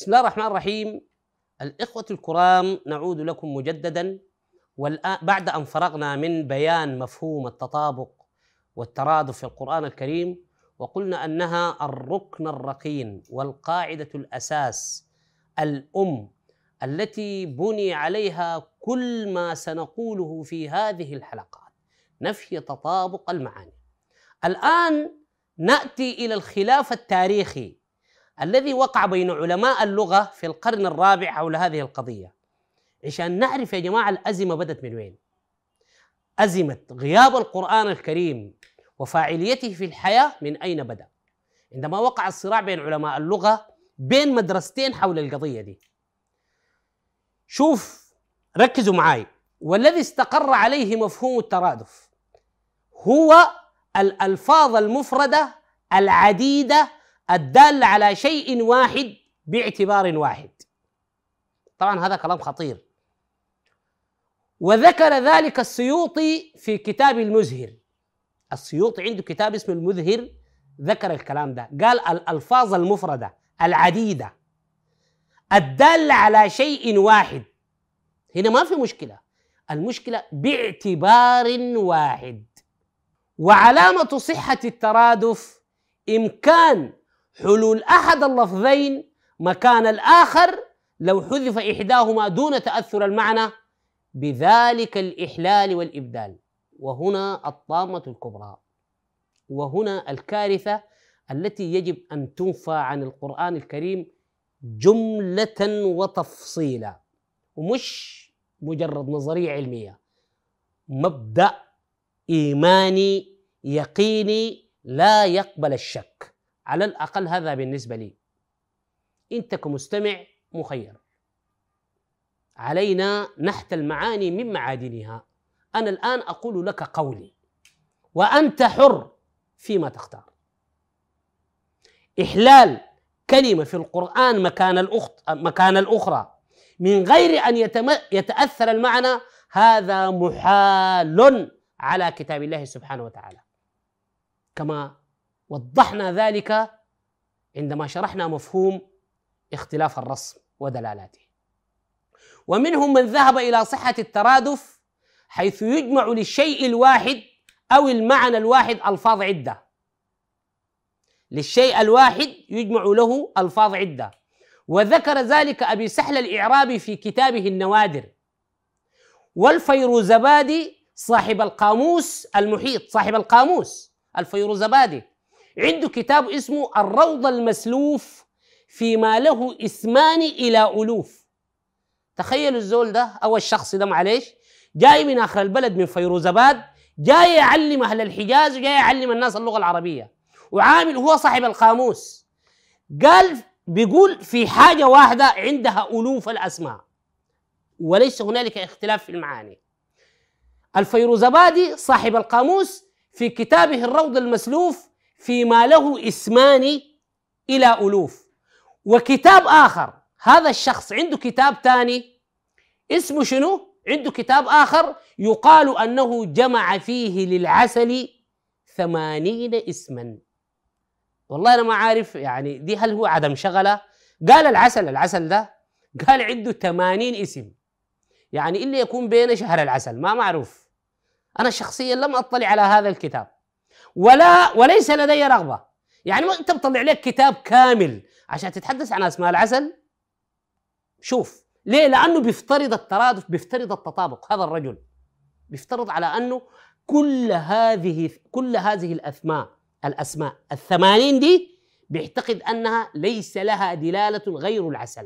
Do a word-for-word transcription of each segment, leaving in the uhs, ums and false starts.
بسم الله الرحمن الرحيم. الإخوة الكرام، نعود لكم مجددا، والآن بعد أن فرغنا من بيان مفهوم التطابق والترادف في القرآن الكريم، وقلنا أنها الركن الركين والقاعدة الأساس الأم التي بني عليها كل ما سنقوله في هذه الحلقات، نفي تطابق المعاني. الآن نأتي إلى الخلاف التاريخي الذي وقع بين علماء اللغة في القرن الرابع حول هذه القضية، عشان نعرف يا جماعة الأزمة بدت من وين. أزمة غياب القرآن الكريم وفاعليته في الحياة من أين بدأ؟ عندما وقع الصراع بين علماء اللغة بين مدرستين حول القضية دي. شوف، ركزوا معاي. والذي استقر عليه مفهوم الترادف هو الألفاظ المفردة العديدة الدالة على شيء واحد باعتبار واحد. طبعا هذا كلام خطير، وذكر ذلك السيوطي في كتاب المزهر. السيوطي عنده كتاب اسمه المزهر، ذكر الكلام ده، قال الألفاظ المفردة العديدة الدالة على شيء واحد. هنا ما في مشكلة، المشكلة باعتبار واحد. وعلامة صحة الترادف إمكان حلول أحد اللفظين مكان الآخر لو حذف إحداهما دون تأثر المعنى بذلك الإحلال والإبدال. وهنا الطامة الكبرى، وهنا الكارثة التي يجب أن تنفى عن القرآن الكريم جملة وتفصيلا، ومش مجرد نظرية علمية، مبدأ إيماني يقيني لا يقبل الشك. على الأقل هذا بالنسبة لي. أنت كمستمع مخير، علينا نحت المعاني من معادنها. أنا الآن أقول لك قولي وأنت حر فيما تختار. إحلال كلمة في القرآن مكان الأخت مكان الأخرى من غير أن يتم... يتأثر المعنى، هذا محال على كتاب الله سبحانه وتعالى، كما وضحنا ذلك عندما شرحنا مفهوم اختلاف الرسم ودلالاته. ومنهم من ذهب إلى صحة الترادف حيث يجمع للشيء الواحد أو المعنى الواحد ألفاظ عدة. للشيء الواحد يجمع له ألفاظ عدة، وذكر ذلك أبي سحل الإعرابي في كتابه النوادر. والفيروزبادي صاحب القاموس المحيط، صاحب القاموس الفيروزبادي عنده كتاب اسمه الروض المسلوف فيما له اسمان إلى ألوف. تخيلوا الزول ده أو الشخص ده معليش جاي من آخر البلد من فيروزباد، جاي يعلم أهل الحجاز وجاي يعلم الناس اللغة العربية، وعامل هو صاحب القاموس. قال بيقول في حاجة واحدة عندها ألوف الأسماء وليس هنالك اختلاف في المعاني. الفيروزبادي صاحب القاموس في كتابه الروض المسلوف فيما له اسمان إلى ألوف. وكتاب آخر، هذا الشخص عنده كتاب ثاني اسمه شنو؟ عنده كتاب آخر يقال أنه جمع فيه للعسل ثمانين اسما. والله أنا ما عارف يعني دي هل هو عدم شغلة؟ قال العسل العسل ده قال عنده ثمانين اسم، يعني إلا يكون بين شهر العسل، ما معروف. أنا شخصيا لم أطلع على هذا الكتاب ولا وليس لدي رغبة. يعني ما أنت بطلع لك كتاب كامل عشان تتحدث عن أسماء العسل؟ شوف ليه؟ لأنه بيفترض الترادف، بيفترض التطابق. هذا الرجل بيفترض على أنه كل هذه كل هذه الأسماء الأسماء الثمانين دي بيعتقد أنها ليس لها دلالة غير العسل.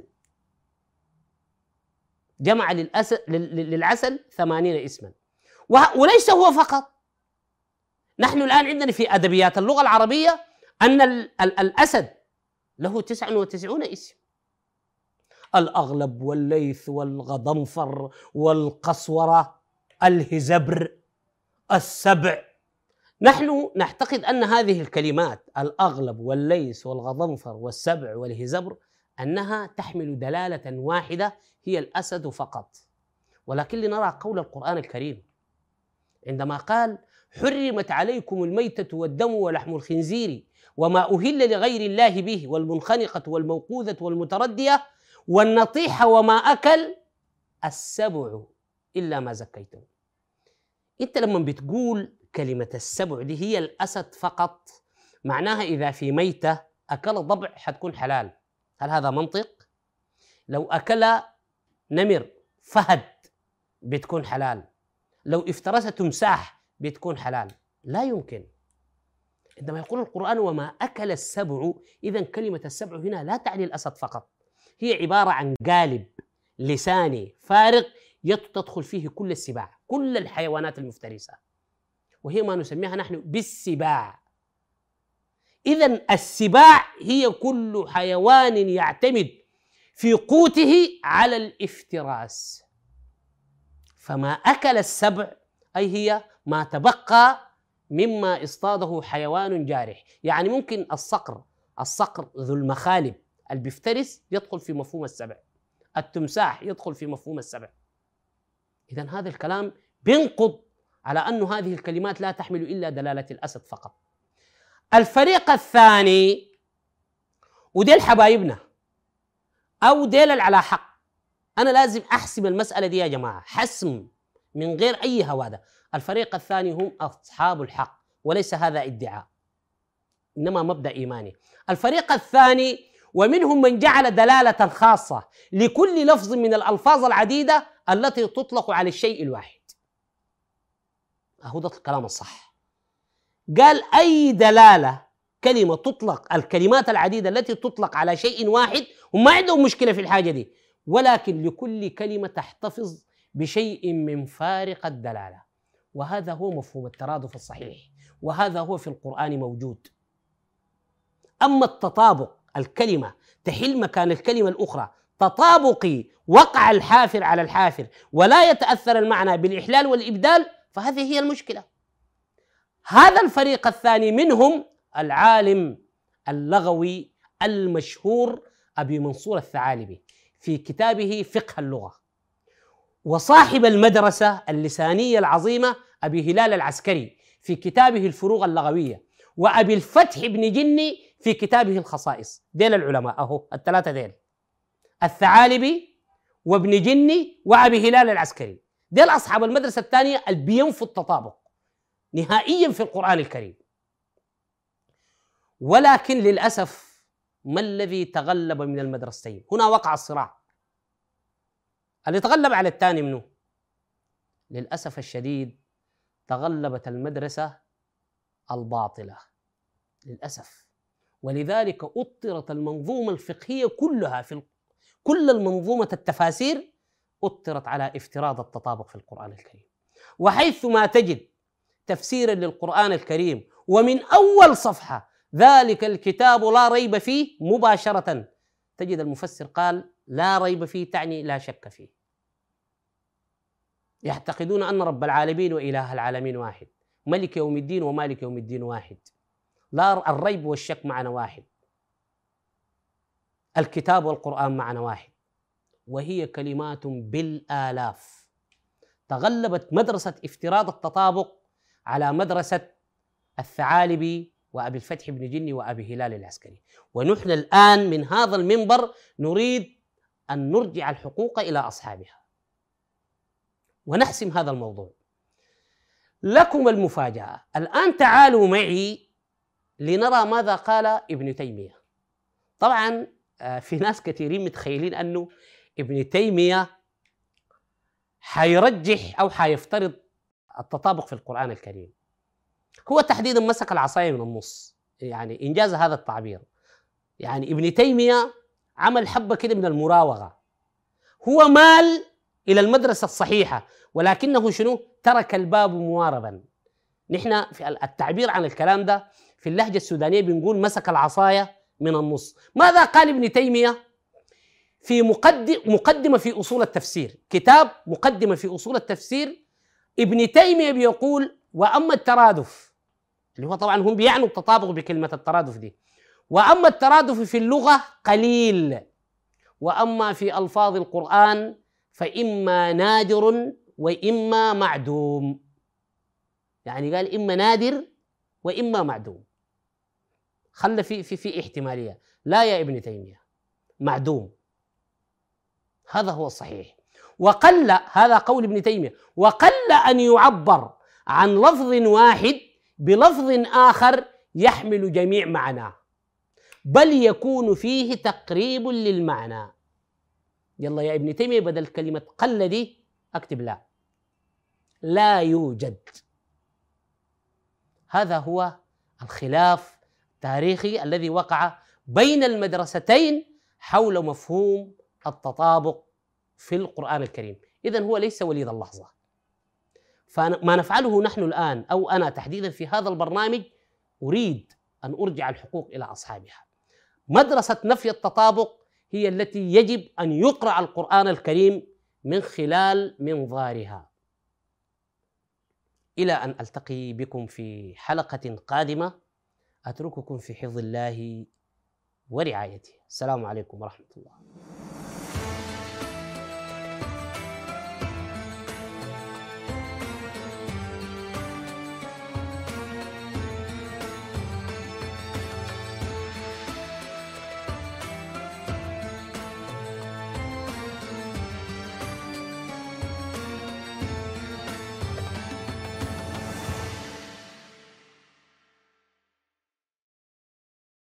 جمع للأسل للعسل ثمانين اسما. وليس هو فقط، نحن الآن عندنا في أدبيات اللغة العربية أن الأسد له تسعة وتسعين اسم: الأغلب والليث والغضنفر والقسورة الهزبر السبع. نحن نعتقد أن هذه الكلمات الأغلب والليث والغضنفر والسبع والهزبر أنها تحمل دلالة واحدة هي الأسد فقط. ولكن لنرى قول القرآن الكريم عندما قال حرمت عليكم الميتة والدم ولحم الخنزير وما أهل لغير الله به والمنخنقة والموقوذة والمتردية والنطيحة وما أكل السبع إلا ما زكيتم. أنت لما بتقول كلمة السبع دي هي الأسد فقط، معناها إذا في ميتة أكل ضبع حتكون حلال. هل هذا منطق؟ لو أكل نمر فهد بتكون حلال، لو افترس تمساح بتكون حلال. لا يمكن. عندما يقول القرآن وما أكل السبع، إذن كلمة السبع هنا لا تعني الأسد فقط، هي عبارة عن قالب لساني فارغ تدخل فيه كل السباع، كل الحيوانات المفترسة، وهي ما نسميها نحن بالسباع. إذن السباع هي كل حيوان يعتمد في قوته على الافتراس. فما أكل السبع أي هي ما تبقى مما اصطاده حيوان جارح. يعني ممكن الصقر الصقر ذو المخالب اللي بيفترس يدخل في مفهوم السبع، التمساح يدخل في مفهوم السبع. إذن هذا الكلام بينقض على أن هذه الكلمات لا تحمل إلا دلالة الأسد فقط. الفريق الثاني وديل حبايبنا أو ديل على حق، أنا لازم أحسم المسألة دي يا جماعة حسم من غير أي هوادة. الفريق الثاني هم أصحاب الحق، وليس هذا ادعاء إنما مبدأ إيماني. الفريق الثاني ومنهم من جعل دلالة خاصة لكل لفظ من الألفاظ العديدة التي تطلق على الشيء الواحد. أهو ده الكلام الصح. قال أي دلالة كلمة تطلق، الكلمات العديدة التي تطلق على شيء واحد وما عندهم مشكلة في الحاجة دي، ولكن لكل كلمة تحتفظ بشيء من فارق الدلالة. وهذا هو مفهوم الترادف الصحيح، وهذا هو في القرآن موجود. أما التطابق، الكلمة تحل مكان الكلمة الأخرى تطابقي وقع الحافر على الحافر ولا يتأثر المعنى بالإحلال والإبدال، فهذه هي المشكلة. هذا الفريق الثاني منهم العالم اللغوي المشهور أبي منصور الثعالبي في كتابه فقه اللغة، وصاحب المدرسة اللسانية العظيمة أبي هلال العسكري في كتابه الفروغ اللغوية، وأبي الفتح بن جني في كتابه الخصائص. ديل العلماء أهو الثلاثة ديل، الثعالبي وابن جني وأبي هلال العسكري، ديل أصحاب المدرسة الثانية اللي بينفوا التطابق نهائيا في القرآن الكريم. ولكن للأسف ما الذي تغلب من المدرستين؟ هنا وقع الصراع. اللي تغلب على الثاني منه؟ للأسف الشديد تغلبت المدرسة الباطلة للأسف، ولذلك أطرت المنظومة الفقهية كلها في كل المنظومة التفاسير أطرت على افتراض التطابق في القرآن الكريم. وحيث ما تجد تفسيرا للقرآن الكريم ومن أول صفحة ذلك الكتاب لا ريب فيه مباشرة تجد المفسر قال لا ريب فيه تعني لا شك فيه. يعتقدون أن رب العالمين وإله العالمين واحد، ملك يوم الدين ومالك يوم الدين واحد، لا الريب والشك معنا واحد، الكتاب والقرآن معنا واحد، وهي كلمات بالآلاف. تغلبت مدرسة افتراض التطابق على مدرسة الثعالبي وأبي الفتح بن جني وأبي هلال العسكري. ونحن الآن من هذا المنبر نريد أن نرجع الحقوق إلى أصحابها ونحسم هذا الموضوع. لكم المفاجأة الآن، تعالوا معي لنرى ماذا قال ابن تيمية. طبعا في ناس كثيرين متخيلين أنه ابن تيمية حيرجح أو حيفترض التطابق في القرآن الكريم. هو تحديدا مسك العصاية من النص، يعني إنجاز هذا التعبير. يعني ابن تيمية عمل حبة كده من المراوغة، هو مال إلى المدرسة الصحيحة ولكنه شنو؟ ترك الباب مواربا. نحن في التعبير عن الكلام ده في اللهجة السودانية بنقول مسك العصاية من النص. ماذا قال ابن تيمية في مقدم مقدمة في أصول التفسير، كتاب مقدمة في أصول التفسير؟ ابن تيمية بيقول وأما الترادف، اللي هو طبعا هم بيعنوا التطابق بكلمة الترادف دي، وأما الترادف في اللغة قليل، وأما في ألفاظ القرآن فإما نادر وإما معدوم. يعني قال إما نادر وإما معدوم، خلى في في في احتمالية. لا يا ابن تيمية، معدوم، هذا هو الصحيح. وقل، هذا قول ابن تيمية، وقل أن يعبر عن لفظ واحد بلفظ آخر يحمل جميع معناه، بل يكون فيه تقريب للمعنى. يلا يا ابن تيمية بدل كلمة قل دي أكتب لا، لا يوجد. هذا هو الخلاف التاريخي الذي وقع بين المدرستين حول مفهوم التطابق في القرآن الكريم. إذن هو ليس وليد اللحظة. فما نفعله نحن الآن أو أنا تحديدا في هذا البرنامج، أريد أن أرجع الحقوق إلى أصحابها. مدرسة نفي التطابق هي التي يجب أن يقرأ القرآن الكريم من خلال منظارها. إلى أن ألتقي بكم في حلقة قادمة، أترككم في حفظ الله ورعايته. السلام عليكم ورحمة الله.